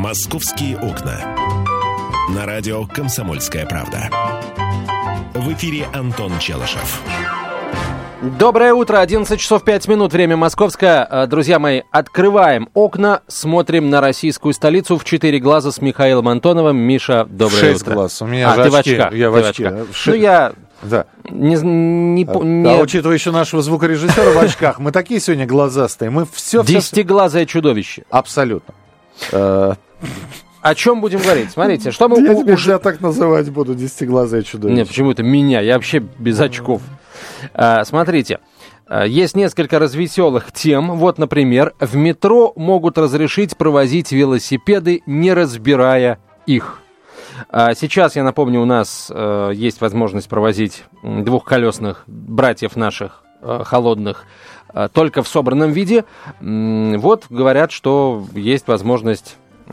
«Московские окна». На радио «Комсомольская правда». В эфире Антон Челышев. Доброе утро, 11 часов 5 минут, время московское. Друзья мои, открываем окна, смотрим на российскую столицу в 4 глаза с Михаилом Антоновым. Миша, доброе 6 утро. глаз, у меня же ты очки. в очках. Я в очках. Ну, я... Да. Не... учитывая еще нашего звукорежиссера в очках, мы такие сегодня глазастые. Мы все... Десятиглазое чудовище. Абсолютно. О чем будем говорить? Смотрите, что мы... Я тебя так называть буду, десятиглазое чудовище. Нет, почему это меня? Я вообще без очков. Смотрите, есть несколько развеселых тем. Вот, например, в метро могут разрешить провозить велосипеды, не разбирая их. Сейчас, я напомню, у нас есть возможность провозить двухколесных братьев наших холодных только в собранном виде. Вот, говорят, что есть возможность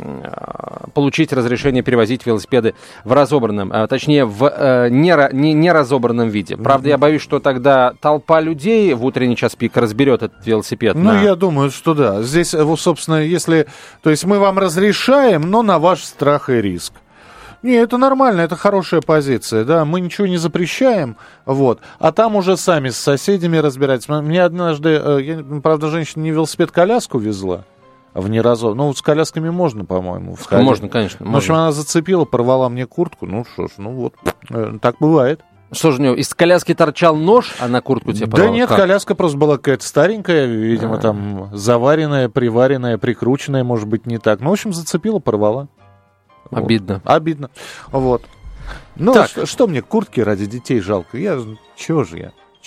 получить разрешение перевозить велосипеды в разобранном, точнее, в неразобранном виде. Правда, я боюсь, что тогда толпа людей в утренний час пик разберет этот велосипед. Ну, я думаю, что да. Здесь, собственно, если... То есть мы вам разрешаем, но на ваш страх и риск. Не, это нормально, это хорошая позиция, да, мы ничего не запрещаем, вот, а там уже сами с соседями разбирайтесь. Мне однажды, правда, женщина не велосипед-коляску везла, в неразов... Ну, с колясками можно, по-моему. Можно, конечно. В общем, она зацепила, порвала мне куртку. Ну, что ж, ну вот, так бывает. Что же у него, из коляски торчал нож, а на куртку тебе порвала? Да нет, как? Коляска просто была какая-то старенькая, видимо, там заваренная, приваренная, прикрученная, может быть, не так. Ну, в общем, зацепила, порвала. Обидно. Вот. Обидно. Вот. Ну, так. Что мне куртки ради детей жалко? Чего же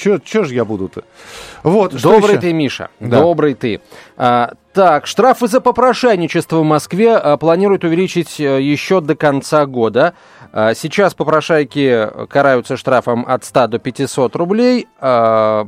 я буду-то? Вот, добрый ты, Миша, да. Добрый ты. Так, штрафы за попрошайничество в Москве планируют увеличить еще до конца года. Сейчас попрошайки караются штрафом от 100 до 500 рублей. В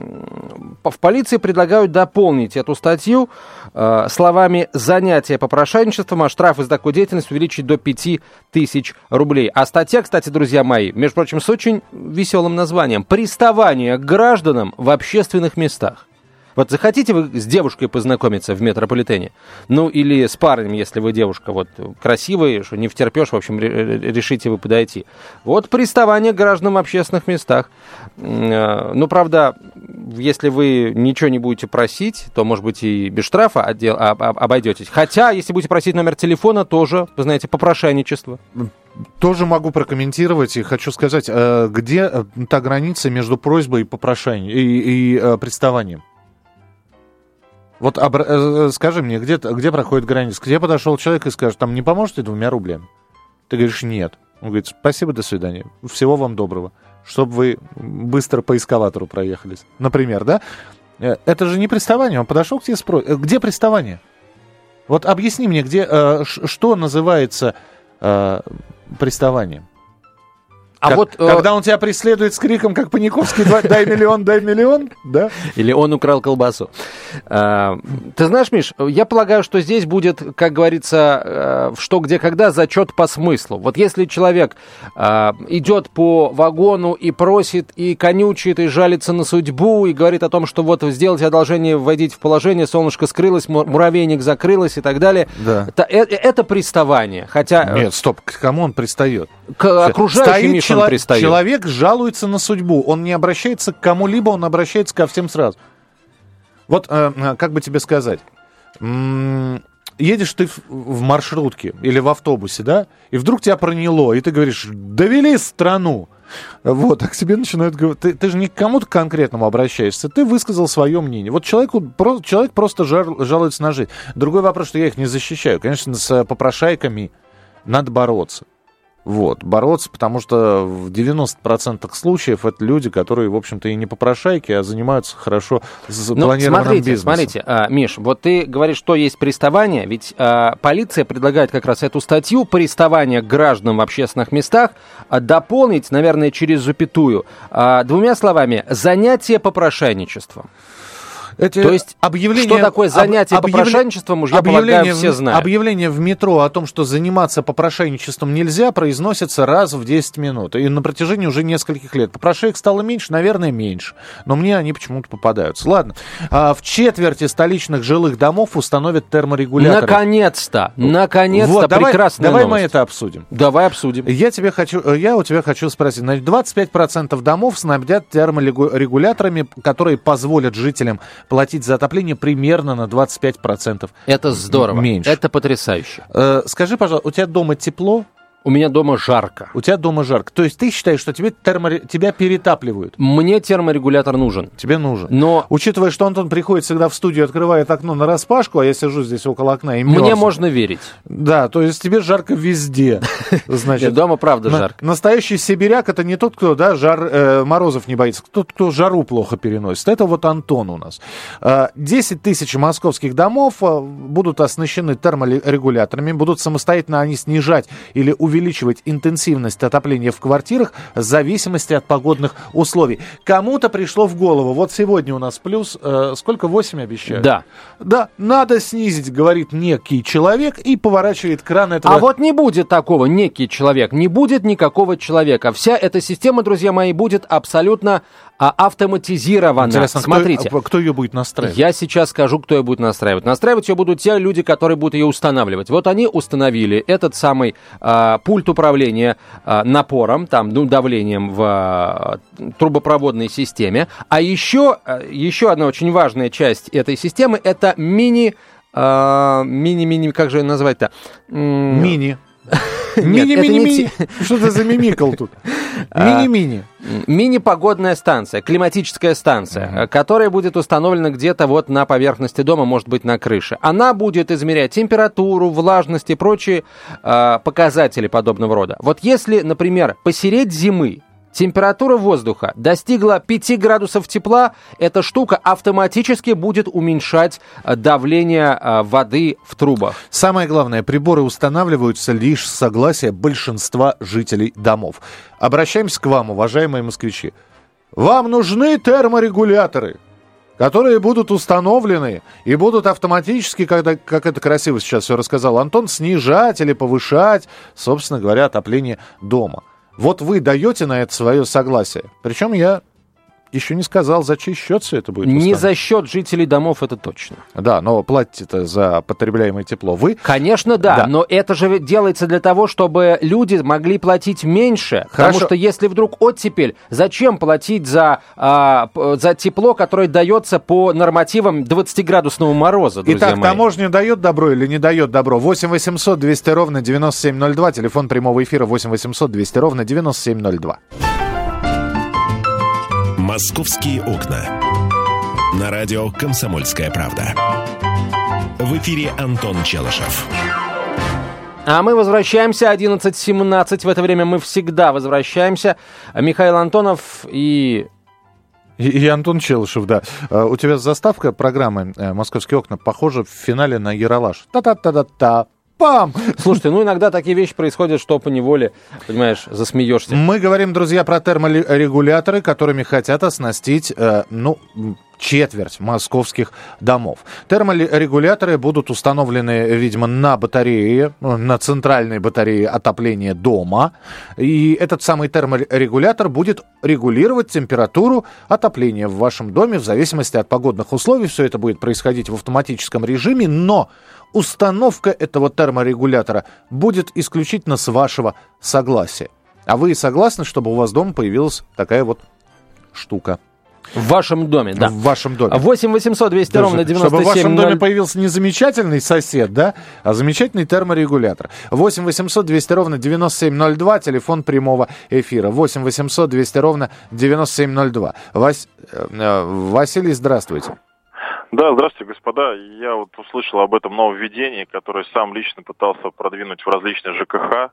полиции предлагают дополнить эту статью словами «занятие попрошайничеством», а штрафы за такую деятельность увеличить до 5000 рублей. А статья, кстати, друзья мои, между прочим, с очень веселым названием «Приставание к гражданам в общественных местах». Вот захотите вы с девушкой познакомиться в метрополитене? Ну, или с парнем, если вы девушка вот красивая, что не втерпешь, в общем, решите вы подойти. Вот приставание к гражданам в общественных местах. Ну, правда, если вы ничего не будете просить, то, может быть, и без штрафа обойдетесь. Хотя, если будете просить номер телефона, тоже, вы знаете, попрошайничество. Тоже могу прокомментировать и хочу сказать, где та граница между просьбой и попрошанием и приставанием? Вот скажи мне, где проходит граница? Где подошел человек и скажет, там не поможете 2 рублями? Ты говоришь, нет. Он говорит, спасибо, до свидания. Всего вам доброго. Чтобы вы быстро по эскалатору проехались. Например, да? Это же не приставание. Он подошел к тебе с просьбой. Где приставание? Вот объясни мне, что называется приставанием? Когда он тебя преследует с криком, как Паниковский, дай миллион, да? Или он украл колбасу. Ты знаешь, Миш, я полагаю, что здесь будет, как говорится, что, где, когда, зачет по смыслу. Вот если человек идет по вагону и просит, и конючит, и жалится на судьбу, и говорит о том, что вот сделайте одолжение, вводить в положение, солнышко скрылось, муравейник закрылось и так далее, да. Это приставание. Хотя... Нет, стоп, к кому он пристает? К окружающим, Миша. Человек жалуется на судьбу, он не обращается к кому-либо, он обращается ко всем сразу. Вот, как бы тебе сказать, едешь ты в маршрутке или в автобусе, да, и вдруг тебя проняло, и ты говоришь, довели страну. Вот, а к тебе начинают говорить, ты же не к кому-то конкретному обращаешься, ты высказал свое мнение. Вот человек просто жалуется на жизнь. Другой вопрос, что я их не защищаю. Конечно, с попрошайками надо бороться. Вот, бороться, потому что в 90% случаев это люди, которые, в общем-то, и не попрошайки, а занимаются хорошо запланированным бизнесом. Смотрите, Миш, вот ты говоришь, что есть приставание, ведь полиция предлагает как раз эту статью «Приставание к гражданам в общественных местах» дополнить, наверное, через запятую, 2 словами «занятие попрошайничеством». То есть, что такое занятие попрошайничеством, уж я полагаю, все знают. Объявление в метро о том, что заниматься попрошайничеством нельзя, произносится раз в 10 минут. И на протяжении уже нескольких лет. Попрошаек стало меньше, наверное, меньше. Но мне они почему-то попадаются. Ладно. В четверти столичных жилых домов установят терморегуляторы. Наконец-то! Вот, Прекрасная давай новость. мы это обсудим. Давай обсудим. Я у тебя хочу спросить. Значит, 25% домов снабдят терморегуляторами, которые позволят жителям платить за отопление примерно на 25%. Это здорово. Меньше. Это потрясающе. Скажи, пожалуйста, у тебя дома тепло? У меня дома жарко. У тебя дома жарко. То есть ты считаешь, что тебя перетапливают? Мне терморегулятор нужен. Тебе нужен. Но учитывая, что Антон приходит всегда в студию, открывает окно нараспашку, а я сижу здесь около окна и мерзну. Мне можно верить. Да, то есть тебе жарко везде. Значит, дома правда жарко. Настоящий сибиряк — это не тот, кто морозов не боится, тот, кто жару плохо переносит. Это вот Антон у нас. 10 тысяч московских домов будут оснащены терморегуляторами, будут самостоятельно они снижать или увеличивать интенсивность отопления в квартирах в зависимости от погодных условий. Кому-то пришло в голову, вот сегодня у нас плюс, сколько, 8 обещают? Да. Да, надо снизить, говорит некий человек, и поворачивает кран этого... А вот не будет такого, некий человек, не будет никакого человека. Вся эта система, друзья мои, будет абсолютно автоматизирована. Интересно, смотрите, кто ее будет настраивать? Я сейчас скажу, кто ее будет настраивать. Настраивать ее будут те люди, которые будут ее устанавливать. Вот они установили этот самый пульт управления напором, давлением в трубопроводной системе. А еще одна очень важная часть этой системы — это как же ее назвать-то? Мини. Мини-мини-мини. Что ты замимикал тут? Мини-мини. Мини-погодная станция, климатическая станция, которая будет установлена где-то вот на поверхности дома, может быть, на крыше. Она будет измерять температуру, влажность и прочие показатели подобного рода. Вот если, например, посередь зимы температура воздуха достигла 5 градусов тепла, эта штука автоматически будет уменьшать давление воды в трубах. Самое главное, приборы устанавливаются лишь с согласия большинства жителей домов. Обращаемся к вам, уважаемые москвичи. Вам нужны терморегуляторы, которые будут установлены и будут автоматически, как это красиво сейчас все рассказал Антон, снижать или повышать, собственно говоря, отопление дома. Вот вы даете на это свое согласие. Причем я еще не сказал, за чей счет все это будет установлено. Не за счет жителей домов, это точно. Да, но платите-то за потребляемое тепло вы? Конечно, да, но это же делается для того, чтобы люди могли платить меньше. Хорошо. Потому что если вдруг оттепель, зачем платить за тепло, которое дается по нормативам 20-градусного мороза, друзья мои? Итак, таможня дает добро или не дает добро? 8 800 200 ровно 9702, телефон прямого эфира 8 800 200 ровно 9702. «Московские окна». На радио «Комсомольская правда». В эфире Антон Челышев. А мы возвращаемся, 11:17. В это время мы всегда возвращаемся. Михаил Антонов и Антон Челышев, да. У тебя заставка программы «Московские окна» похожа в финале на Ералаш. Та-та-та-та-та. Пам! Слушайте, иногда такие вещи происходят, что поневоле, понимаешь, засмеешься. Мы говорим, друзья, про терморегуляторы, которыми хотят оснастить, четверть московских домов. Терморегуляторы будут установлены, видимо, на батарее, на центральной батарее отопления дома. И этот самый терморегулятор будет регулировать температуру отопления в вашем доме в зависимости от погодных условий. Все это будет происходить в автоматическом режиме, но установка этого терморегулятора будет исключительно с вашего согласия. А вы согласны, чтобы у вас дома появилась такая вот штука? В вашем доме, да. В вашем доме. 8 800 200 ровно 9702. Чтобы в вашем доме появился не замечательный сосед, да, а замечательный терморегулятор. 8 800 200 ровно 9702, телефон прямого эфира. 8 800 200 ровно 9702. Василий, здравствуйте. Да, здравствуйте, господа. Я вот услышал об этом нововведении, которое сам лично пытался продвинуть в различные ЖКХ.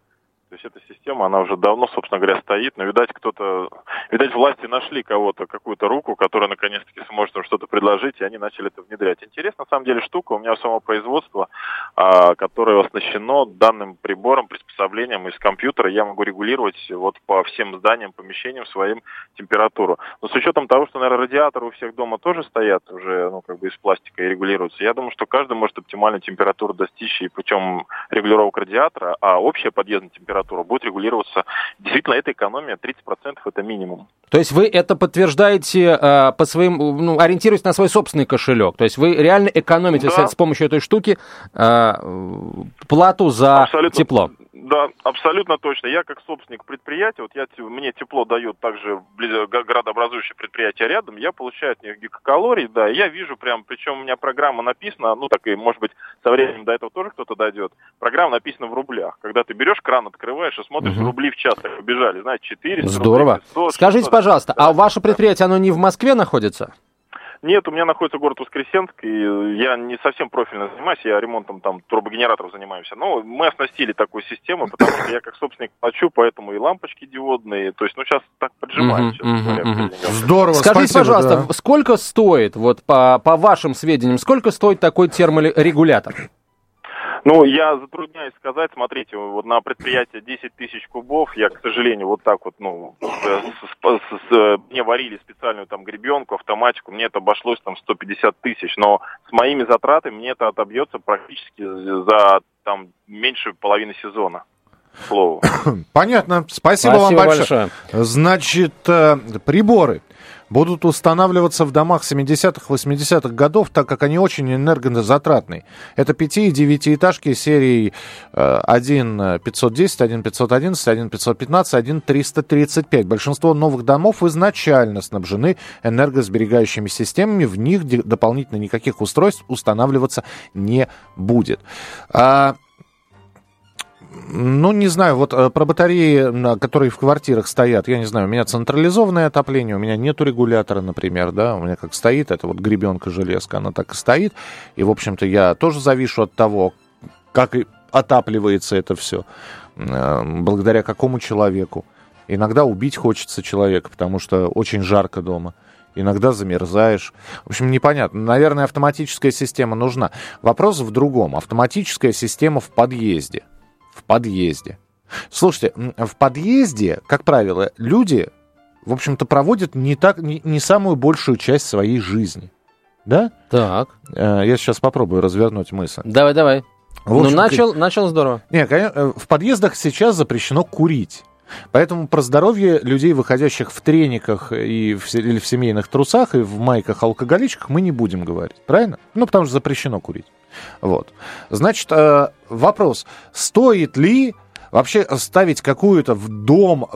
То есть эта система, она уже давно, собственно говоря, стоит, но, видать, власти нашли кого-то, какую-то руку, которая наконец-таки сможет им что-то предложить, и они начали это внедрять. Интересная, на самом деле, штука. У меня само производство, которое оснащено данным прибором, приспособлением из компьютера. Я могу регулировать вот по всем зданиям, помещениям своим температуру. Но с учетом того, что, наверное, радиаторы у всех дома тоже стоят уже, из пластика и регулируются, я думаю, что каждый может оптимальную температуру достичь и путем регулировок радиатора, а общая подъездная температура будет регулироваться. Действительно, эта экономия 30% это минимум. То есть вы это подтверждаете по своим, ориентируясь на свой собственный кошелек. То есть вы реально экономите с помощью этой штуки плату за тепло. Да, абсолютно точно. Я как собственник предприятия, мне тепло дает также градообразующее предприятие рядом, я получаю от них гигакалорий, да, и я вижу причем у меня программа написана, и может быть со временем до этого тоже кто-то дойдет, программа написана в рублях. Когда ты берешь кран, открываешь и смотришь, рубли в час так побежали, 400 Здорово. Рублей, 100, Скажите, 600, пожалуйста, а ваше предприятие, оно не в Москве находится? Нет, у меня находится город Воскресенск, и я не совсем профильно занимаюсь, я ремонтом турбогенераторов занимаемся. Но мы оснастили такую систему, потому что я как собственник плачу, поэтому и лампочки диодные, то есть, сейчас так поджимаем. Здорово, скажите, спасибо, пожалуйста, сколько стоит, по вашим сведениям, сколько стоит такой терморегулятор? Я затрудняюсь сказать, смотрите, на предприятии 10 тысяч кубов, я, к сожалению, мне варили специальную гребенку, автоматику, мне это обошлось 150 тысяч, но с моими затратами мне это отобьется практически за меньше половины сезона. Слово. Понятно, спасибо вам большое. Значит, приборы будут устанавливаться в домах 70-х, 80-х годов, так как они очень энергозатратные. Это 5- и 9-этажки серии 1.510, 1.511, 1.515, 1.335. Большинство новых домов изначально снабжены энергосберегающими системами. В них дополнительно никаких устройств устанавливаться не будет. Не знаю, про батареи, которые в квартирах стоят, я не знаю, у меня централизованное отопление, у меня нету регулятора, например, да, у меня как стоит, это гребенка-железка, она так и стоит, и, в общем-то, я тоже завишу от того, как отапливается это все, благодаря какому человеку. Иногда убить хочется человека, потому что очень жарко дома. Иногда замерзаешь. В общем, непонятно. Наверное, автоматическая система нужна. Вопрос в другом. Автоматическая система в подъезде. В подъезде. Слушайте, в подъезде, как правило, люди, в общем-то, проводят не самую большую часть своей жизни. Да? Так. Я сейчас попробую развернуть мысль. Давай. Начал здорово. Нет, конечно, в подъездах сейчас запрещено курить. Поэтому про здоровье людей, выходящих в трениках или в семейных трусах, и в майках-алкоголичках, мы не будем говорить. Правильно? Потому что запрещено курить. Значит, вопрос. Стоит ли вообще ставить какую-то в дом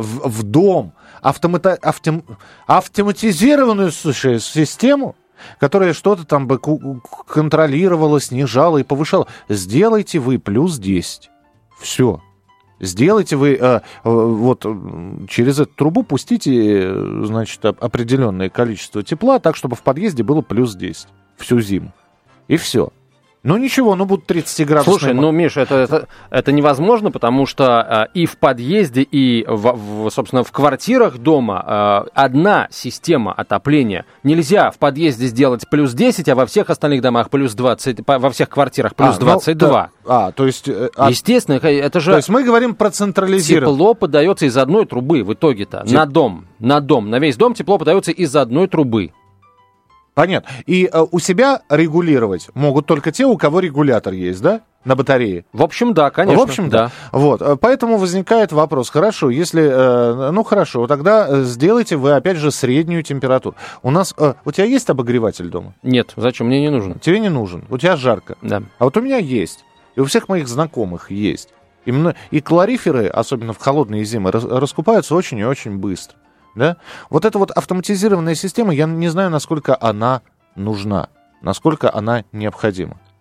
автоматизированную систему, которая что-то там бы контролировала, снижала и повышала? Сделайте вы плюс 10. Все. Сделайте вы, через эту трубу пустите, значит, определенное количество тепла, так, чтобы в подъезде было плюс 10 всю зиму. И все. Ничего, будут 30-градусные... Слушай, Миш, это невозможно, потому что и в подъезде, и, собственно, в квартирах дома одна система отопления. Нельзя в подъезде сделать плюс 10, а во всех остальных домах плюс 20, во всех квартирах плюс 22. То есть... Естественно, это же... То есть мы говорим про централизированное... Тепло подается из одной трубы в итоге-то, на дом. На весь дом тепло подается из одной трубы. Понятно. И у себя регулировать могут только те, у кого регулятор есть, да? На батарее. В общем, да, конечно. В общем, да. Поэтому возникает вопрос. Хорошо, если... хорошо, тогда сделайте вы, опять же, среднюю температуру. У тебя есть обогреватель дома? Нет, зачем? Мне не нужен. Тебе не нужен. У тебя жарко. Да. А у меня есть. И у всех моих знакомых есть. И калориферы, особенно в холодные зимы, раскупаются очень и очень быстро. Да? Эта автоматизированная система, я не знаю, насколько она нужна, насколько она необходима.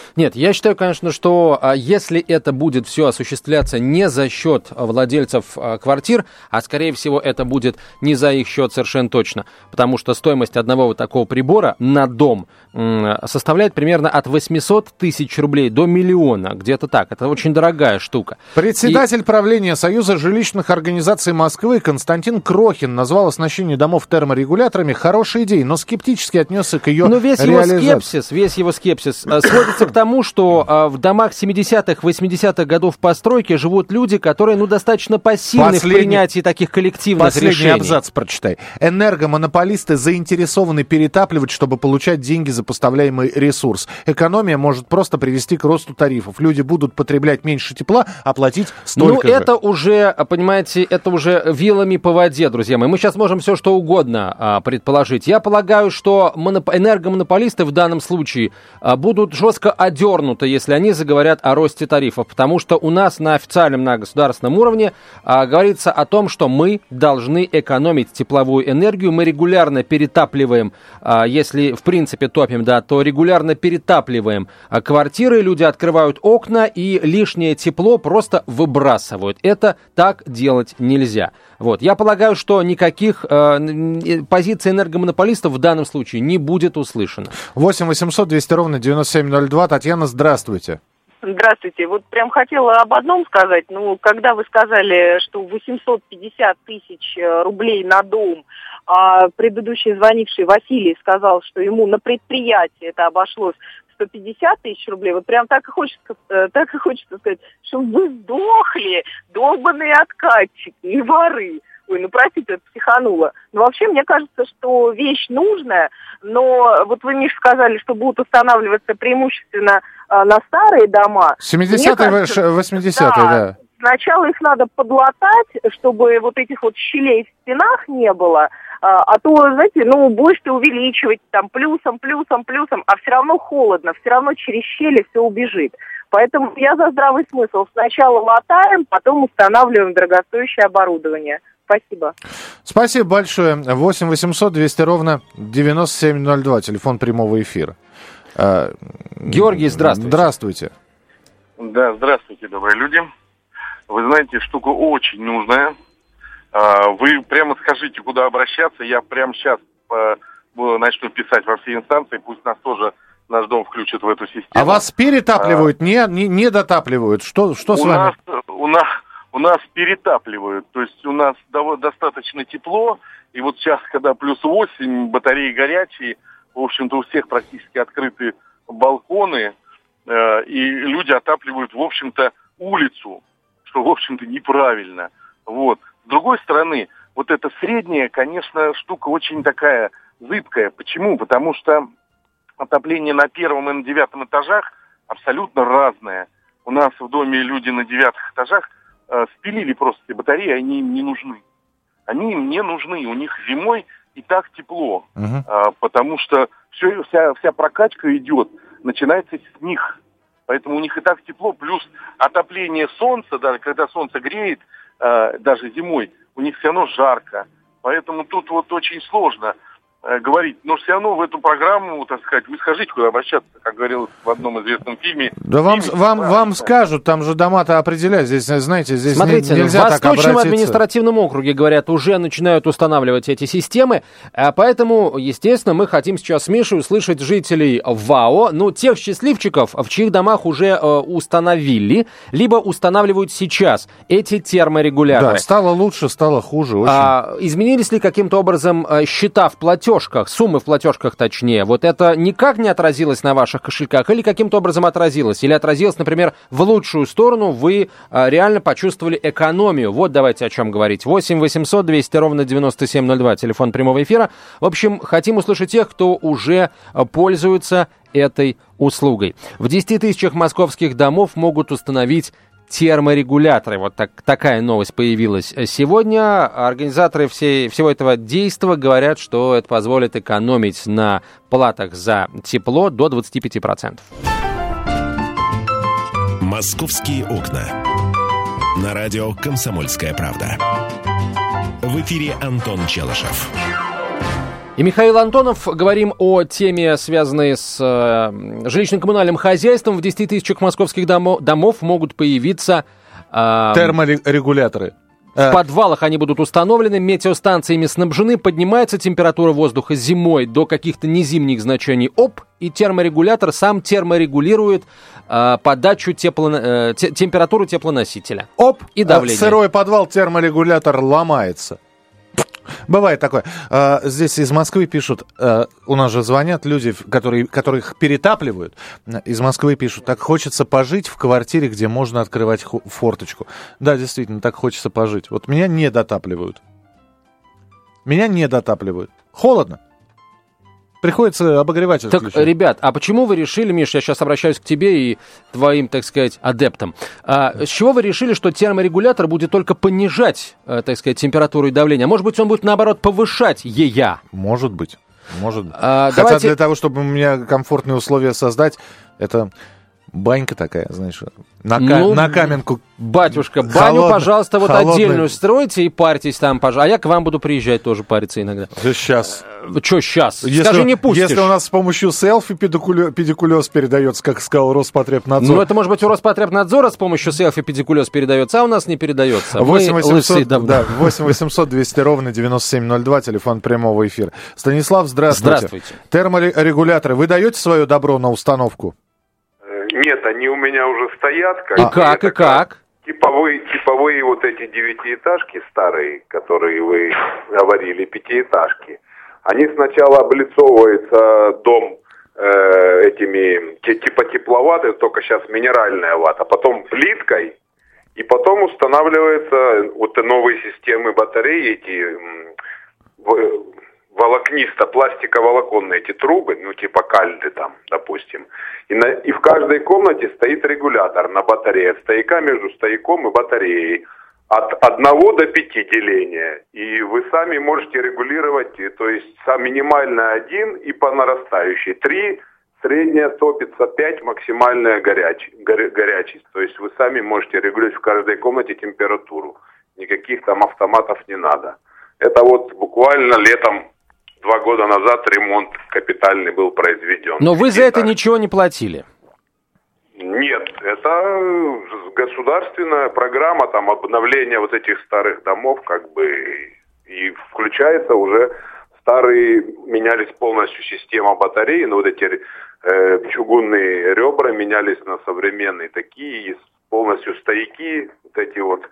Нет, я считаю, конечно, что если это будет все осуществляться не за счет владельцев квартир, а скорее всего это будет не за их счет совершенно точно, потому что стоимость одного вот такого прибора на дом составляет примерно от 800 тысяч рублей до миллиона, где-то так. Это очень дорогая штука. Председатель правления Союза жилищных организаций Москвы Константин Крохин назвал оснащение домов терморегуляторами хорошей идеей, но скептически отнесся к ее реализации. Весь его скепсис сводится к тому, что в домах 70-х, 80-х годов постройки живут люди, которые, достаточно пассивны в принятии таких коллективных решений. Последний абзац прочитай. Энергомонополисты заинтересованы перетапливать, чтобы получать деньги за поставляемый ресурс. Экономия может просто привести к росту тарифов. Люди будут потреблять меньше тепла, а платить столько же. Это уже, понимаете, это уже вилами по воде, друзья мои. Мы сейчас можем все что угодно предположить. Я полагаю, что энергомонополисты в данном случае будут жестко одернуты, если они заговорят о росте тарифов, потому что у нас на официальном, на государственном уровне говорится о том, что мы должны экономить тепловую энергию, мы регулярно перетапливаем, если в принципе топим, то регулярно перетапливаем квартиры, люди открывают окна и лишнее тепло просто выбрасывают. Это так делать нельзя. Я полагаю, что никаких позиций энергомонополистов в данном случае не будет услышано. 8 800 200 ровно 9702. Татьяна, здравствуйте. Здравствуйте. Прям хотела об одном сказать. Когда вы сказали, что 850 тысяч рублей на дом, а предыдущий звонивший Василий сказал, что ему на предприятии это обошлось 150 тысяч рублей, прям так и хочется сказать, что вы сдохли, долбаные откатчики и воры. Ой, простите, это психануло. Вообще, мне кажется, что вещь нужная, но вы, Миша, сказали, что будут устанавливаться преимущественно на старые дома. 70-е, 80-е, да. Сначала их надо подлатать, чтобы этих щелей в стенах не было, а то, знаете, будешь ты увеличивать плюсом, а все равно холодно, все равно через щели все убежит. Поэтому я за здравый смысл. Сначала латаем, потом устанавливаем дорогостоящее оборудование. Спасибо. Спасибо большое. 8 800 200 ровно 9702, телефон прямого эфира. Георгий, здравствуйте. Здравствуйте. Да, здравствуйте, добрые люди. Вы знаете, штука очень нужная. Вы прямо скажите, куда обращаться. Я прямо сейчас начну писать во все инстанции. Пусть нас тоже, наш дом включат в эту систему. А вас перетапливают, не дотапливают? Что с вами? У нас перетапливают. То есть у нас достаточно тепло. И сейчас, когда плюс 8, батареи горячие, в общем-то, у всех практически открыты балконы. И люди отапливают, в общем-то, улицу, что, в общем-то, неправильно. С другой стороны, эта средняя, конечно, штука очень такая зыбкая. Почему? Потому что отопление на первом и на 9 этажах абсолютно разное. У нас в доме люди на 9 этажах спилили просто эти батареи, они им не нужны. Они им не нужны, у них зимой и так тепло. Потому что вся прокачка идет, начинается с них. Поэтому у них и так тепло, плюс отопление солнца, даже когда солнце греет, даже зимой, у них все равно жарко. Поэтому тут очень сложно говорить. Но все равно в эту программу, так сказать, вы скажите, куда обращаться, как говорилось в одном известном фильме. Да вам скажут, там же дома-то определяют. Здесь, знаете, смотрите, нельзя так обратиться. В Восточном административном округе, говорят, уже начинают устанавливать эти системы. Поэтому, естественно, мы хотим сейчас с Мишей услышать жителей ВАО, тех счастливчиков, в чьих домах уже установили, либо устанавливают сейчас эти терморегуляторы. Да, стало лучше, стало хуже. Очень. Изменились ли каким-то образом счета в платежках, суммы в платежках точнее? Это никак не отразилось на ваших кошельках или каким-то образом отразилось? Или отразилось, например, в лучшую сторону, вы реально почувствовали экономию? Давайте о чем говорить. 8 800 200 ровно 9702, телефон прямого эфира. В общем, хотим услышать тех, кто уже пользуется этой услугой. В 10 тысячах московских домов могут установить терморегуляторы. Такая новость появилась сегодня. Организаторы всего этого действа говорят, что это позволит экономить на платах за тепло до 25%. «Московские окна». На радио «Комсомольская правда». В эфире Антон Челышев. И Михаил Антонов. Говорим о теме, связанной с жилищно-коммунальным хозяйством. В 10 тысячах московских домов могут появиться... терморегуляторы. В подвалах они будут установлены, метеостанциями снабжены, поднимается температура воздуха зимой до каких-то незимних значений, и терморегулятор сам терморегулирует подачу температуру теплоносителя. И давление. Сырой подвал, терморегулятор ломается. Бывает такое. Здесь из Москвы пишут, у нас же звонят люди, которых перетапливают. Из Москвы пишут, так хочется пожить в квартире, где можно открывать форточку. Да, действительно, так хочется пожить. Вот меня не дотапливают. Холодно. Приходится обогреватель так, включать. Ребят, а почему вы решили, Миш, я сейчас обращаюсь к тебе и твоим, так сказать, адептам, с чего вы решили, что терморегулятор будет только понижать, так сказать, температуру и давление? А может быть, он будет, наоборот, повышать ЕЯ? Может быть. Хотя для того, чтобы у меня комфортные условия создать, это... Банька такая, знаешь, на каменку. Батюшка, баню, пожалуйста, вот отдельную стройте и парьтесь там, пожалуйста. А я к вам буду приезжать тоже париться иногда. Сейчас. Что сейчас? Скажи, не пустишь. Если у нас с помощью селфи педикулез передается, как сказал Роспотребнадзор. Ну, это может быть у Роспотребнадзора с помощью селфи педикулез передается, а у нас не передается. 8 800 200 ровно 9702, телефон прямого эфира. Станислав, здравствуйте. Терморегуляторы, вы даете свое добро на установку? Нет, они у меня уже стоят. И как? Типовые вот эти 9-этажки старые, которые вы говорили, 5-этажки. Они сначала облицовывается дом этими типа тепловатой, только сейчас минеральная вата, потом плиткой, и потом устанавливаются вот новые системы батареи, эти пластиковолоконные эти трубы, ну типа кальды там, допустим. И в каждой комнате стоит регулятор на батарее, от стояка между стояком и батареей. От 1 до 5 деления. И вы сами можете регулировать, то есть минимально 1 и по нарастающей 3, средняя топится 5, максимальная горячесть. То есть вы сами можете регулировать в каждой комнате температуру. Никаких там автоматов не надо. Это вот буквально летом 2 года назад ремонт капитальный был произведен. Но вы за это ничего не платили? Нет, это государственная программа, там обновление вот этих старых домов, как бы, и включается уже старые, менялись полностью система батареи, но вот эти чугунные ребра менялись на современные такие, полностью стояки, вот эти вот,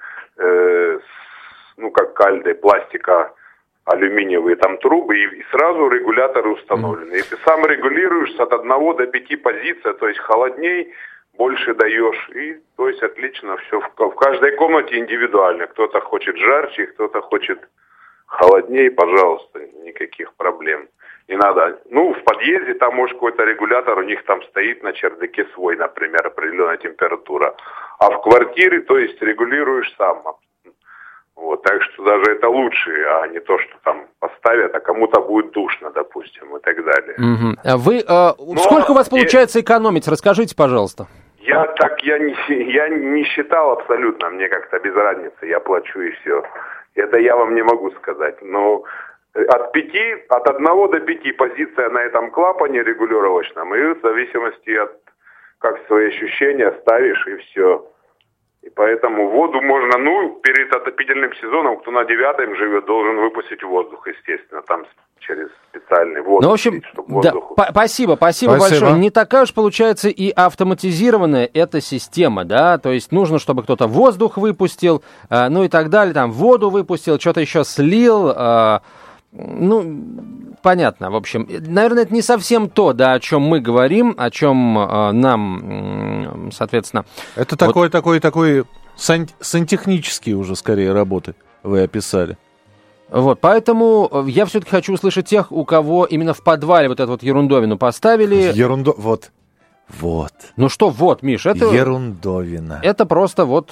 как кальды, пластика, алюминиевые там трубы, и сразу регуляторы установлены. И ты сам регулируешь от 1 до 5 позиций, то есть холодней, больше даешь, и то есть отлично все. В каждой комнате индивидуально. Кто-то хочет жарче, кто-то хочет холоднее, пожалуйста, никаких проблем. Не надо. В подъезде там может какой-то регулятор, у них там стоит на чердаке свой, например, определенная температура. А в квартире, то есть регулируешь сам. Вот, так что даже это лучше, а не то, что там поставят, а кому-то будет душно, допустим, и так далее. Угу. Сколько у вас получается экономить? Расскажите, пожалуйста. Я не считал абсолютно, мне как-то без разницы, я плачу и все. Это я вам не могу сказать, но от 1 до 5 позиция на этом клапане регулировочном, и в зависимости от, как свои ощущения ставишь, и все. И поэтому воду можно, перед отопительным сезоном, кто на 9-м живет, должен выпустить воздух, естественно, там через специальный воздух. В общем, спасибо большое. Не такая уж получается и автоматизированная эта система, да, то есть нужно, чтобы кто-то воздух выпустил, и так далее, там воду выпустил, что-то еще слил, понятно, в общем. Наверное, это не совсем то, да, о чем мы говорим, о чем нам, соответственно... Это такой сантехнические уже, скорее, работы вы описали. Вот, поэтому я все-таки хочу услышать тех, у кого именно в подвале вот эту вот ерундовину поставили. Вот. Ну что вот, Миш, это... Ерундовина. Это просто вот...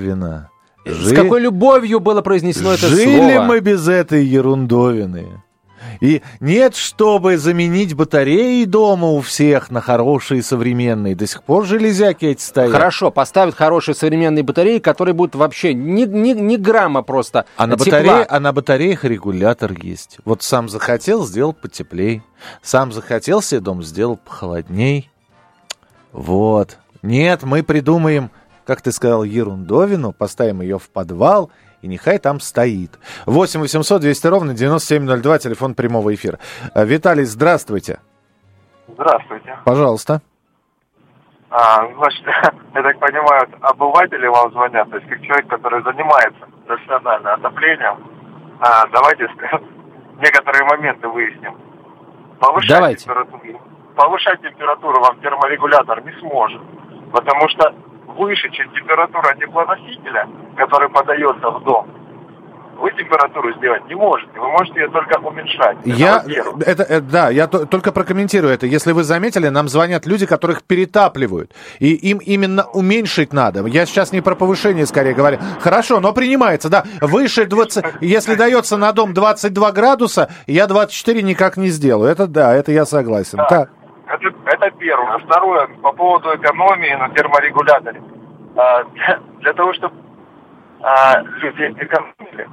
Ерундовина. С какой любовью было произнесено это слово. Жили мы без этой ерундовины. И нет, чтобы заменить батареи дома у всех на хорошие современные. До сих пор железяки эти стоят. Хорошо, поставят хорошие современные батареи, которые будут вообще ни грамма просто на батареях регулятор есть. Вот сам захотел, сделал потеплей. Сам захотел себе дом, сделал похолодней. Вот. Нет, мы придумаем, как ты сказал, ерундовину, поставим ее в подвал, и нехай там стоит. 8 800 200 ровно 9702, телефон прямого эфира. Виталий, здравствуйте. Здравствуйте. Пожалуйста. Значит, я так понимаю, обыватели вам звонят, то есть как человек, который занимается профессионально отоплением. Давайте некоторые моменты выясним. Повышать температуру вам терморегулятор не сможет, потому что выше, чем температура теплоносителя, который подается в дом, вы температуру сделать не можете. Вы можете ее только уменьшать. Я только прокомментирую это. Если вы заметили, нам звонят люди, которых перетапливают. И им именно уменьшить надо. Я сейчас не про повышение, скорее говорю. Хорошо, но принимается, да. Выше 20... Если дается на дом 22 градуса, я 24 никак не сделаю. Это я согласен. Да. Так. Это первое. Второе, по поводу экономии на терморегуляторе. Для того, чтобы люди экономили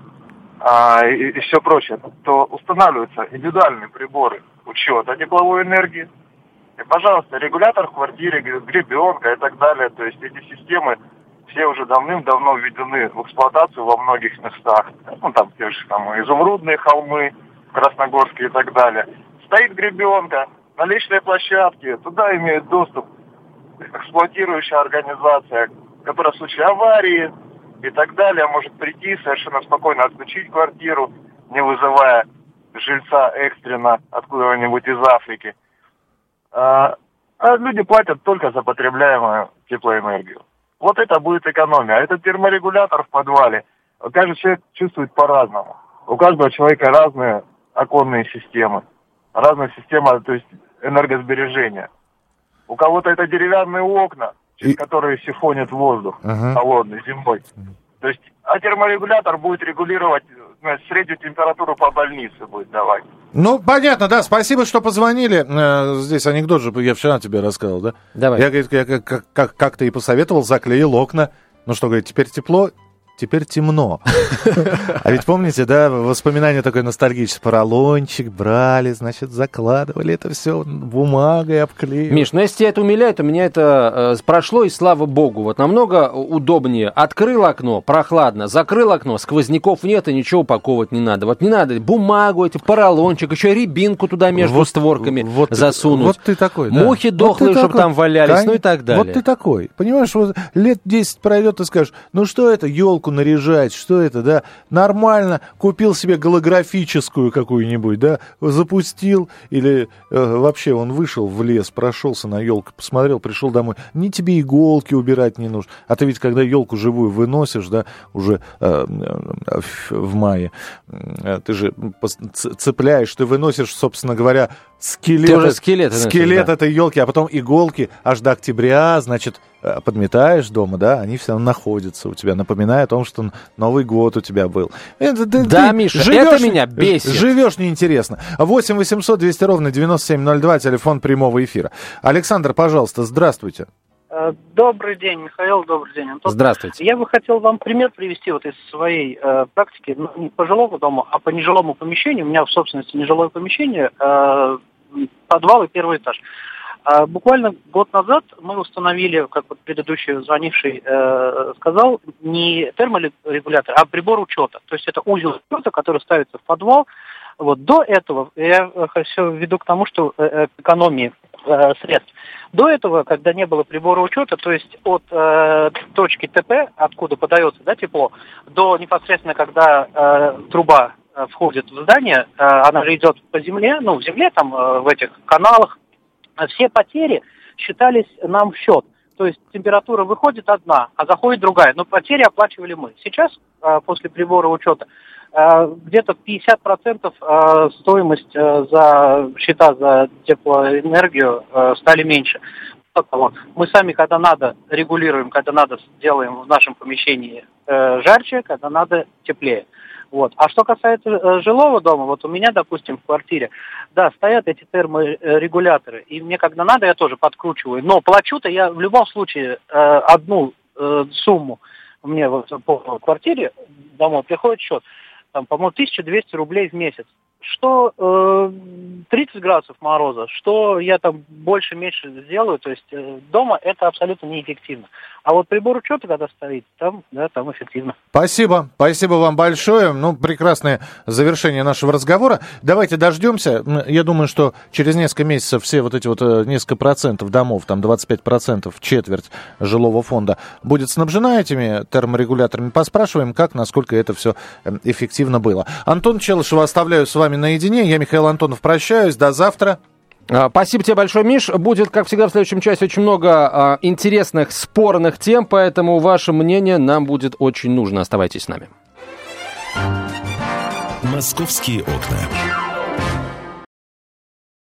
и все прочее, то устанавливаются индивидуальные приборы учета тепловой энергии. И, пожалуйста, регулятор в квартире, гребенка и так далее. То есть эти системы все уже давным-давно введены в эксплуатацию во многих местах. Там те же изумрудные холмы, Красногорские и так далее. Стоит гребенка на личной площадке, туда имеет доступ эксплуатирующая организация, которая в случае аварии и так далее может прийти совершенно спокойно отключить квартиру, не вызывая жильца экстренно откуда-нибудь из Африки. А люди платят только за потребляемую теплоэнергию. Вот это будет экономия. А этот терморегулятор в подвале, каждый человек чувствует по-разному. У каждого человека разные оконные системы, разная система, то есть энергосбережения. У кого-то это деревянные окна, через которые сифонит воздух холодный зимой. То есть, терморегулятор будет регулировать среднюю температуру по больнице, будет давать. Ну, понятно, да. Спасибо, что позвонили. Здесь анекдот же, я вчера тебе рассказывал, да? Давай. Я как ты и посоветовал, заклеил окна. Ну что, говорит, теперь тепло, теперь темно. А ведь помните, да, воспоминания такое ностальгическое. Поролончик брали, значит, закладывали это все бумагой, обклеивали. Миш, ну если тебя это умиляет, у меня это прошло, и слава богу. Вот намного удобнее. Открыл окно, прохладно, закрыл окно, сквозняков нет, и ничего упаковывать не надо. Вот не надо бумагу, эти поролончик, еще рябинку туда между створками засунуть. Вот ты такой, да. Мухи дохлые, вот чтобы там валялись, ну и так далее. Вот ты такой. Понимаешь, вот лет 10 пройдет, ты скажешь, ну что это, елку наряжать, что это, да, нормально, купил себе голографическую какую-нибудь, да, запустил, или вообще он вышел в лес, прошелся на елку, посмотрел, пришел домой, ни тебе иголки убирать не нужно, а ты ведь когда елку живую выносишь, да, уже в мае, ты же цепляешь, ты выносишь, собственно говоря, скелет этой елки, а потом иголки аж до октября, значит, подметаешь дома, да, они все равно находятся у тебя, напоминая о том, что Новый год у тебя был. Да, Миша, это меня бесит. Живешь неинтересно. 8 800 200 ровно 9702, телефон прямого эфира. Александр, пожалуйста, здравствуйте. Добрый день, Михаил, добрый день, Антон. Здравствуйте. Я бы хотел вам пример привести вот из своей практики, не по жилому дому, а по нежилому помещению. У меня в собственности нежилое помещение, подвал и первый этаж. Буквально год назад мы установили, как вот предыдущий звонивший сказал, не терморегулятор, а прибор учета. То есть это узел учета, который ставится в подвал. Вот до этого, я все веду к тому, что экономии средств. До этого, когда не было прибора учета, то есть от точки ТП, откуда подается, да, тепло, до непосредственно, когда труба входит в здание, она же идет по земле, в земле, там, в этих каналах, все потери считались нам в счет. То есть температура выходит одна, а заходит другая. Но потери оплачивали мы. Сейчас, после прибора учета, где-то 50% стоимость за счета за теплоэнергию стали меньше. Мы сами, когда надо, регулируем, когда надо, делаем в нашем помещении жарче, когда надо, теплее. Вот. А что касается жилого дома, вот у меня, допустим, в квартире, да, стоят эти терморегуляторы, и мне когда надо, я тоже подкручиваю, но плачу-то я в любом случае одну сумму, мне вот по квартире домой приходит счет, там, по-моему, 1200 рублей в месяц. Что 30 градусов мороза, что я там больше-меньше сделаю, то есть дома это абсолютно неэффективно. А вот прибор учета, когда стоит, там, да, там эффективно. Спасибо. Спасибо вам большое. Ну, прекрасное завершение нашего разговора. Давайте дождемся. Я думаю, что через несколько месяцев все вот эти вот несколько процентов домов, там 25%, четверть жилого фонда будет снабжена этими терморегуляторами. Поспрашиваем, как, насколько это все эффективно было. Антон Челышев, оставляю с вами наедине. Я, Михаил Антонов, прощаюсь. До завтра. Спасибо тебе большое, Миш. Будет, как всегда, в следующем часе очень много интересных, спорных тем, поэтому ваше мнение нам будет очень нужно. Оставайтесь с нами. «Московские окна».